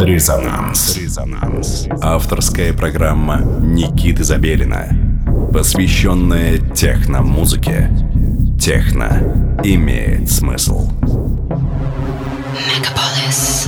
Резонанс. Авторская программа Никиты Забелина, посвященная техно-музыке. Техно имеет смысл. Мегаполис.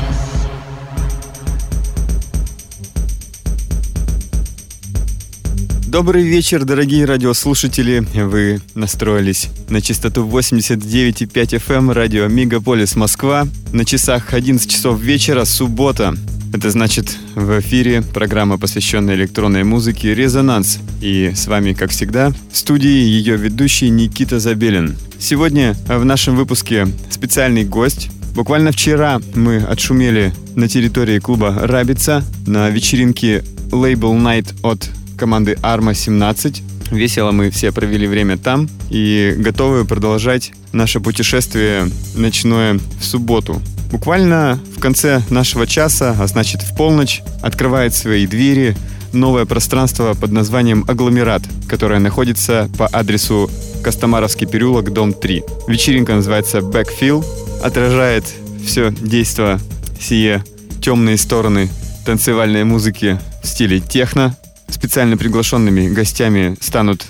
Добрый вечер, дорогие радиослушатели. Вы настроились на частоту 89,5 FM радио Мегаполис Москва. На часах 11 часов вечера, суббота. Это значит, в эфире программа, посвященная электронной музыке «Резонанс». И с вами, как всегда, в студии ее ведущий Никита Забелин. Сегодня в нашем выпуске специальный гость. Буквально вчера мы отшумели на территории клуба «Рабица» на вечеринке Label Night от команды Arma 17. Весело мы все провели время там и готовы продолжать наше путешествие ночное в субботу. Буквально в конце нашего часа, а значит в полночь, открывает свои двери новое пространство под названием «Агломерат», которое находится по адресу Костомаровский переулок, дом 3. Вечеринка называется «Backfill», отражает все действо сие темные стороны танцевальной музыки в стиле техно. Специально приглашенными гостями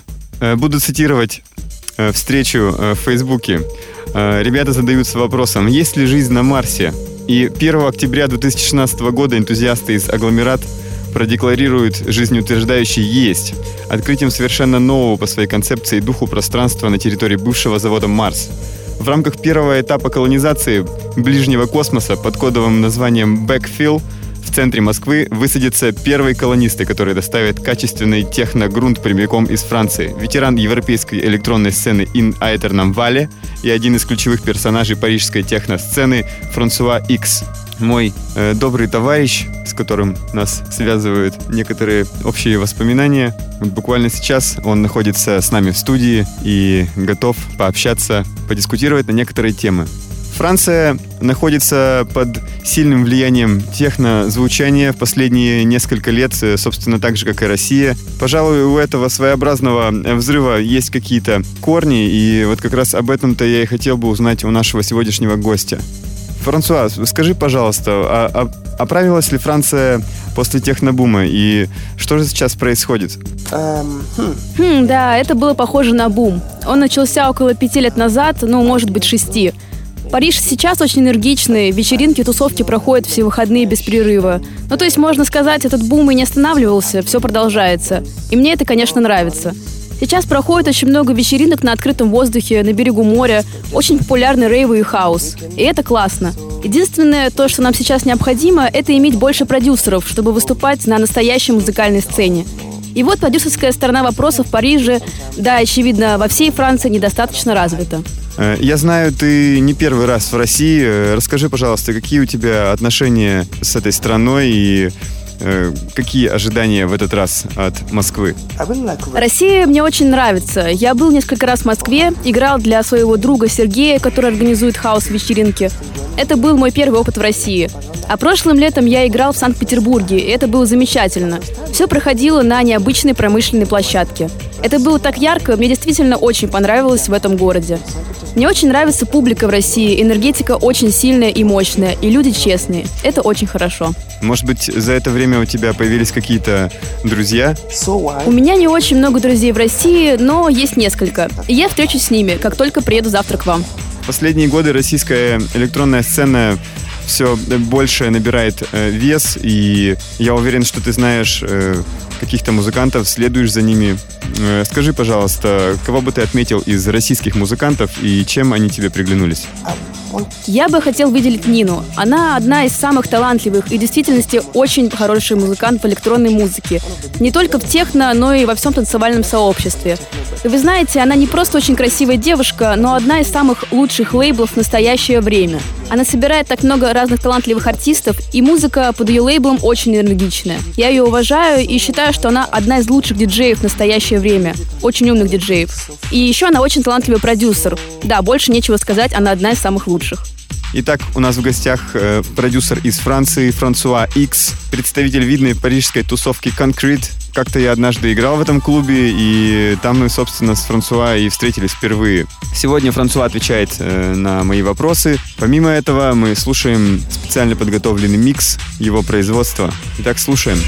буду цитировать встречу в Фейсбуке. Ребята задаются вопросом, есть ли жизнь на Марсе? И 1 октября 2016 года энтузиасты из «Агломерат» продекларируют жизнеутверждающий «есть», открытием совершенно нового по своей концепции духу пространства на территории бывшего завода «Марс». В рамках первого этапа колонизации ближнего космоса под кодовым названием «Backfill» в центре Москвы высадятся первые колонисты, которые доставят качественный техногрунт прямиком из Франции. Ветеран европейской электронной сцены Ин Айтерном Вале и один из ключевых персонажей парижской техно-сцены Франсуа Икс. Мой добрый товарищ, с которым нас связывают некоторые общие воспоминания. Буквально сейчас он находится с нами в студии и готов пообщаться, подискутировать на некоторые темы. Франция находится под сильным влиянием техно-звучания в последние несколько лет, собственно, так же, как и Россия. Пожалуй, у этого своеобразного взрыва есть какие-то корни, и вот как раз об этом-то я и хотел бы узнать у нашего сегодняшнего гостя. Франсуа, скажи, пожалуйста, оправилась ли Франция после технобума, и что же сейчас происходит? Да, это было похоже на бум. Он начался около 5 лет назад, может быть, 6. Париж сейчас очень энергичный, вечеринки, тусовки проходят все выходные без прерыва. То есть, можно сказать, этот бум и не останавливался, все продолжается. И мне это, конечно, нравится. Сейчас проходит очень много вечеринок на открытом воздухе, на берегу моря, очень популярны рейвы и хаус. И это классно. Единственное, то, что нам сейчас необходимо, это иметь больше продюсеров, чтобы выступать на настоящей музыкальной сцене. И вот продюсерская сторона вопроса в Париже, да, очевидно, во всей Франции недостаточно развита. Я знаю, ты не первый раз в России. Расскажи, пожалуйста, какие у тебя отношения с этой страной и какие ожидания в этот раз от Москвы? Россия мне очень нравится. Я был несколько раз в Москве, играл для своего друга Сергея, который организует хаус-вечеринки. Это был мой первый опыт в России. А прошлым летом я играл в Санкт-Петербурге, и это было замечательно. Все проходило на необычной промышленной площадке. Это было так ярко, мне действительно очень понравилось в этом городе. Мне очень нравится публика в России, энергетика очень сильная и мощная, и люди честные. Это очень хорошо. Может быть, за это время у тебя появились какие-то друзья? У меня не очень много друзей в России, но есть несколько. И я встречусь с ними, как только приеду завтра к вам. В последние годы российская электронная сцена все больше набирает вес, и я уверен, что ты знаешь каких-то музыкантов, следуешь за ними. Скажи, пожалуйста, кого бы ты отметил из российских музыкантов и чем они тебе приглянулись? Я бы хотел выделить Нину. Она одна из самых талантливых и в действительности очень хороший музыкант в электронной музыке. Не только в техно, но и во всем танцевальном сообществе. И вы знаете, она не просто очень красивая девушка, но одна из самых лучших лейблов в настоящее время. Она собирает так много разных талантливых артистов, и музыка под ее лейблом очень энергичная. Я ее уважаю и считаю, что она одна из лучших диджеев в настоящее время. Очень умных диджеев. И еще она очень талантливый продюсер. Да, больше нечего сказать, она одна из самых лучших. Итак, у нас в гостях продюсер из Франции Франсуа Икс, представитель видной парижской тусовки Concrete. Как-то я однажды играл в этом клубе, и там мы, собственно, с Франсуа и встретились впервые. Сегодня Франсуа отвечает на мои вопросы. Помимо этого, мы слушаем специально подготовленный микс его производства. Итак, слушаем.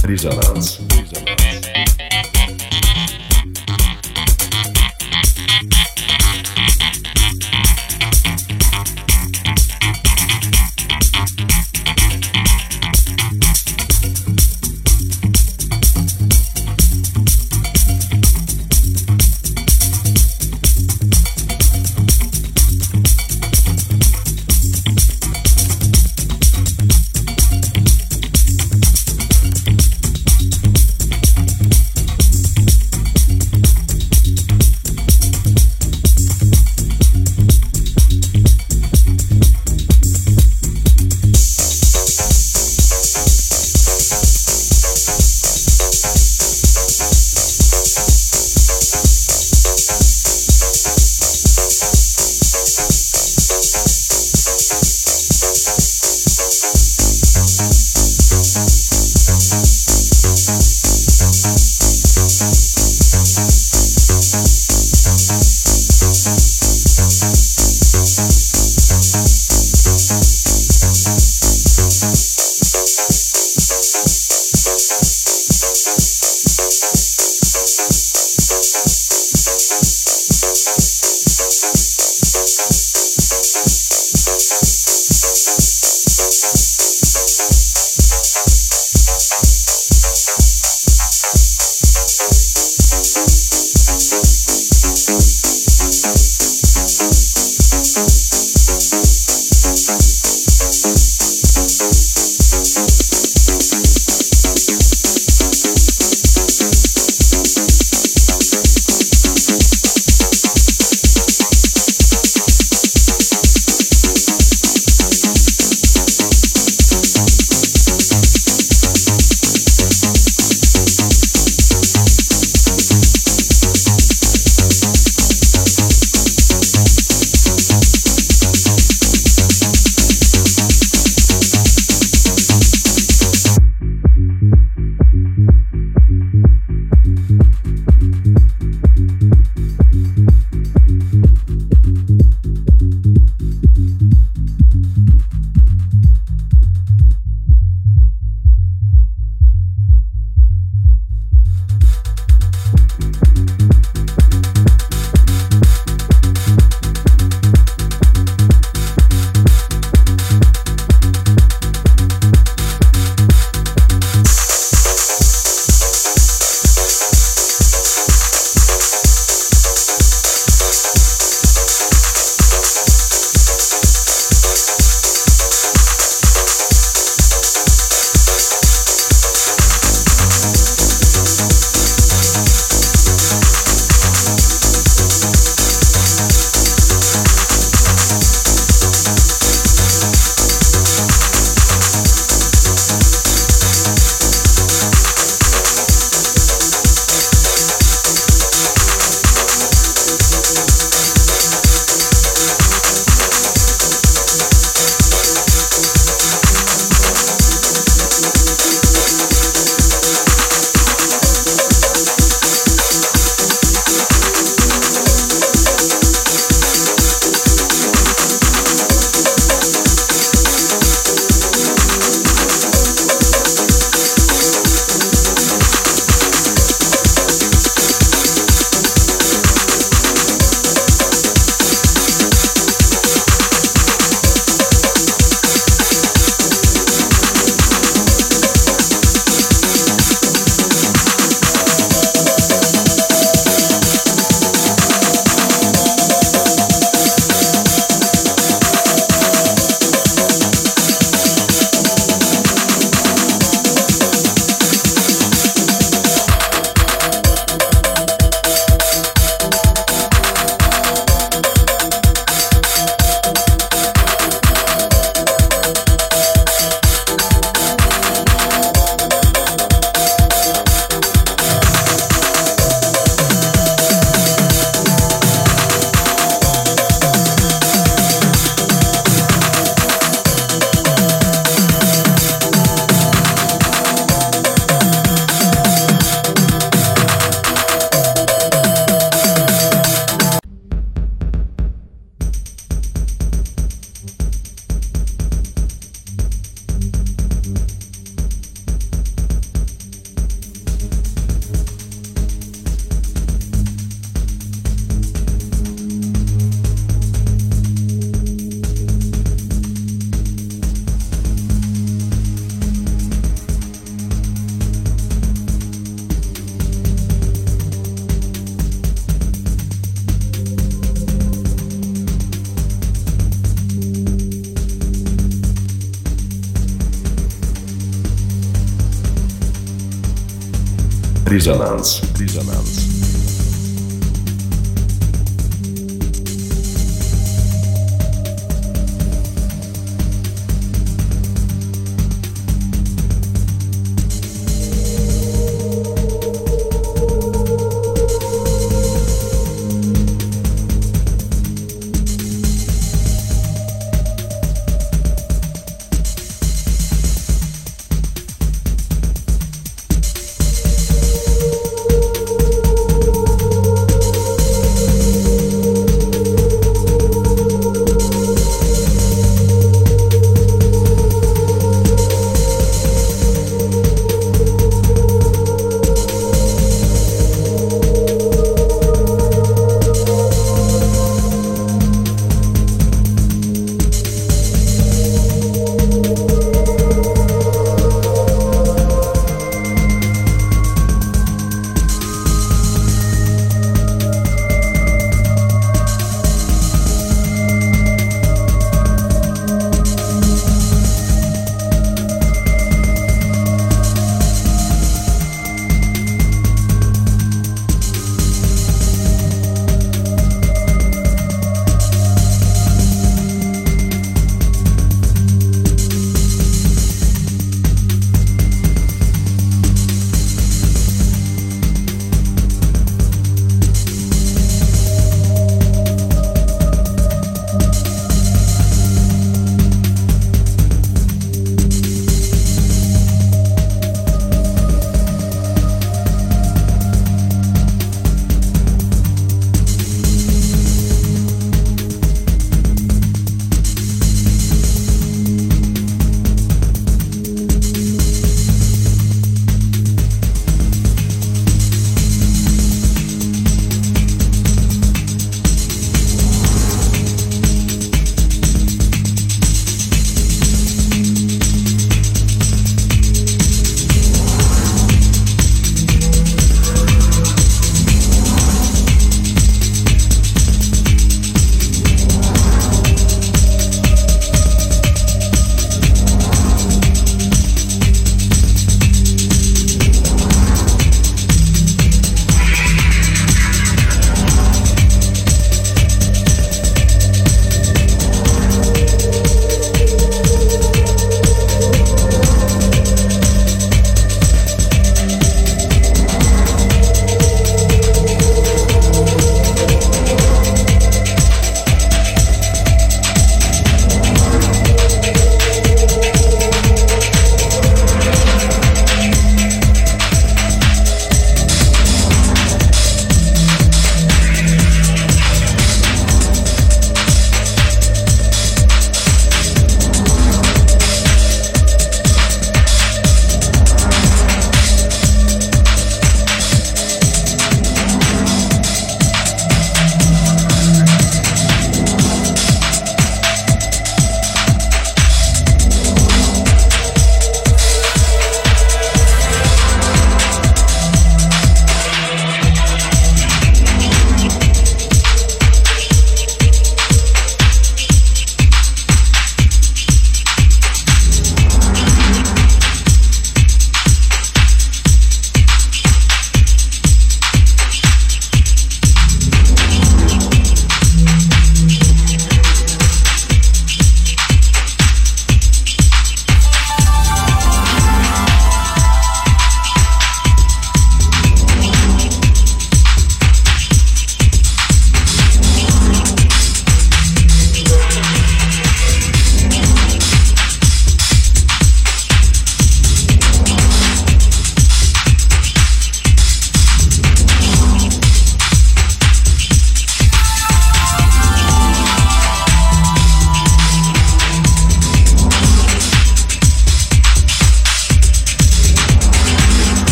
Резонанс. Резонанс.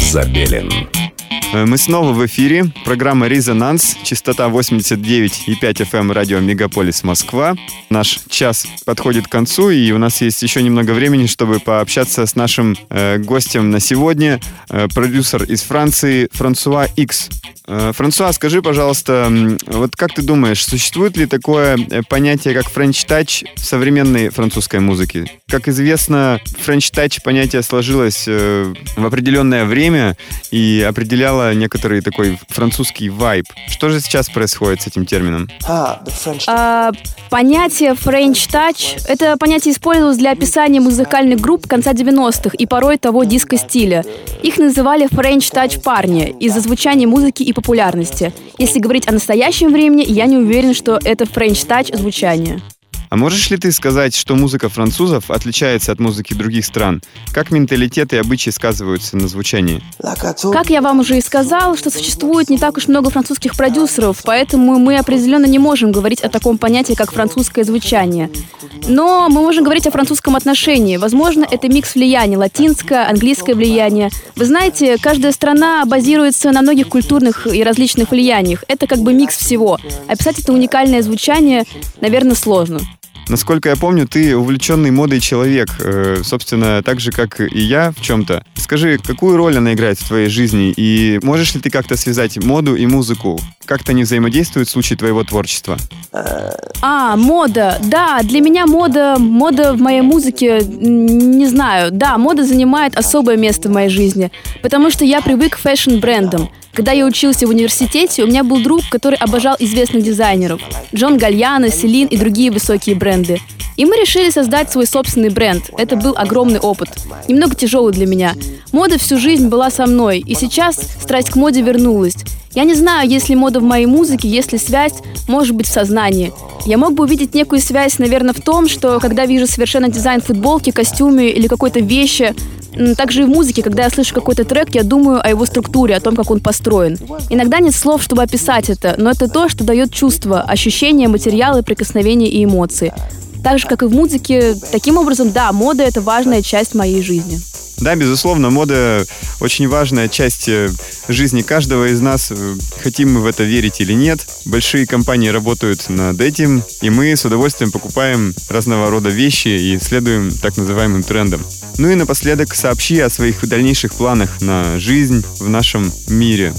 Забелин. Мы снова в эфире. Программа «Резонанс», частота 89,5 FM, радио «Мегаполис Москва». Наш час подходит к концу, и у нас есть еще немного времени, чтобы пообщаться с нашим гостем на сегодня, продюсер из Франции Франсуа Икс. Франсуа, скажи, пожалуйста, вот как ты думаешь, существует ли такое понятие, как French Touch в современной французской музыке? Как известно, French Touch понятие сложилось в определенное время и определяло некоторый такой французский вайб. Что же сейчас происходит с этим термином? Понятие French Touch — это понятие использовалось для описания музыкальных групп конца 90-х и порой того диско-стиля. Их называли French Touch парни из-за звучания музыки и популярности. Если говорить о настоящем времени, я не уверен, что это French Touch звучание. А можешь ли ты сказать, что музыка французов отличается от музыки других стран? Как менталитет и обычаи сказываются на звучании? Как я вам уже и сказал, что существует не так уж много французских продюсеров, поэтому мы определенно не можем говорить о таком понятии, как французское звучание. Но мы можем говорить о французском отношении. Возможно, это микс влияний, латинское, английское влияние. Вы знаете, каждая страна базируется на многих культурных и различных влияниях. Это как бы микс всего. Описать это уникальное звучание, наверное, сложно. Насколько я помню, ты увлеченный модой человек, собственно, так же, как и я в чем-то. Скажи, какую роль она играет в твоей жизни, и можешь ли ты как-то связать моду и музыку? Как-то они взаимодействуют в случае твоего творчества? Мода. Да, для меня мода в моей музыке, не знаю. Да, мода занимает особое место в моей жизни, потому что я привык к фэшн-брендам. Когда я учился в университете, у меня был друг, который обожал известных дизайнеров. Джон Гальяно, Селин и другие высокие бренды. И мы решили создать свой собственный бренд. Это был огромный опыт. Немного тяжелый для меня. Мода всю жизнь была со мной, и сейчас страсть к моде вернулась. Я не знаю, есть ли мода в моей музыке, есть ли связь, может быть, в сознании. Я мог бы увидеть некую связь, наверное, в том, что когда вижу совершенно дизайн футболки, костюме или какой-то вещи, также и в музыке, когда я слышу какой-то трек, я думаю о его структуре, о том, как он построен. Иногда нет слов, чтобы описать это, но это то, что дает чувство, ощущения, материалы, прикосновения и эмоции. Так же, как и в музыке, таким образом, да, мода — это важная часть моей жизни. Да, безусловно, мода очень важная часть жизни каждого из нас, хотим мы в это верить или нет. Большие компании работают над этим, и мы с удовольствием покупаем разного рода вещи и следуем так называемым трендам. Ну и напоследок сообщи о своих дальнейших планах на жизнь в нашем мире.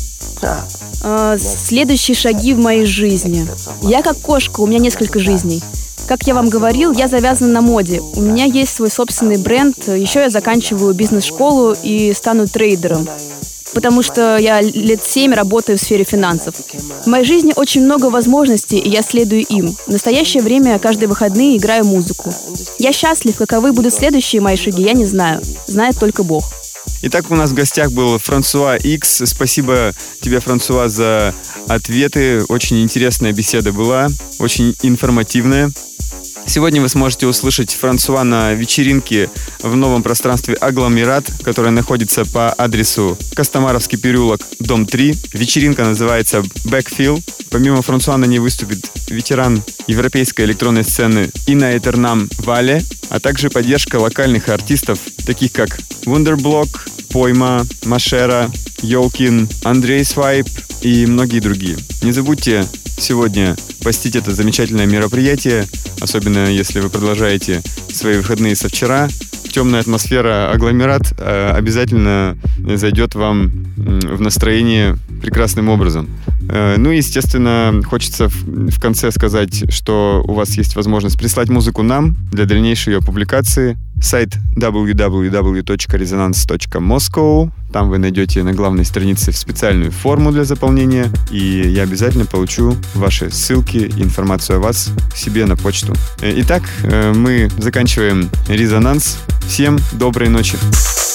Следующие шаги в моей жизни. Я как кошка, у меня несколько жизней. Как я вам говорил, я завязана на моде. У меня есть свой собственный бренд. Еще я заканчиваю бизнес-школу и стану трейдером. Потому что я лет 7 работаю в сфере финансов. В моей жизни очень много возможностей, и я следую им. В настоящее время я каждые выходные играю музыку. Я счастлив, каковы будут следующие мои шаги, я не знаю. Знает только Бог. Итак, у нас в гостях был Франсуа Икс. Спасибо тебе, Франсуа, за ответы. Очень интересная беседа была, очень информативная. Сегодня вы сможете услышать Франсуа на вечеринке в новом пространстве «Агломерат», которое находится по адресу Костомаровский переулок, дом 3. Вечеринка называется «Backfill». Помимо Франсуа на ней выступит ветеран европейской электронной сцены Инна Этернам Вале, а также поддержка локальных артистов, таких как Wunderblock, Пойма, Машера, Йолкин, Андрей Свайп и многие другие. Не забудьте сегодня посетить это замечательное мероприятие, особенно если вы продолжаете свои выходные со вчера. Темная атмосфера «Агломерат» обязательно зайдет вам в настроение прекрасным образом. Ну и, естественно, хочется в конце сказать, что у вас есть возможность прислать музыку нам для дальнейшей ее публикации. Сайт www.resonance.moscow. Там вы найдете на главной странице специальную форму для заполнения, и я обязательно получу ваши ссылки и информацию о вас себе на почту. Итак, мы заканчиваем «Резонанс». Всем доброй ночи.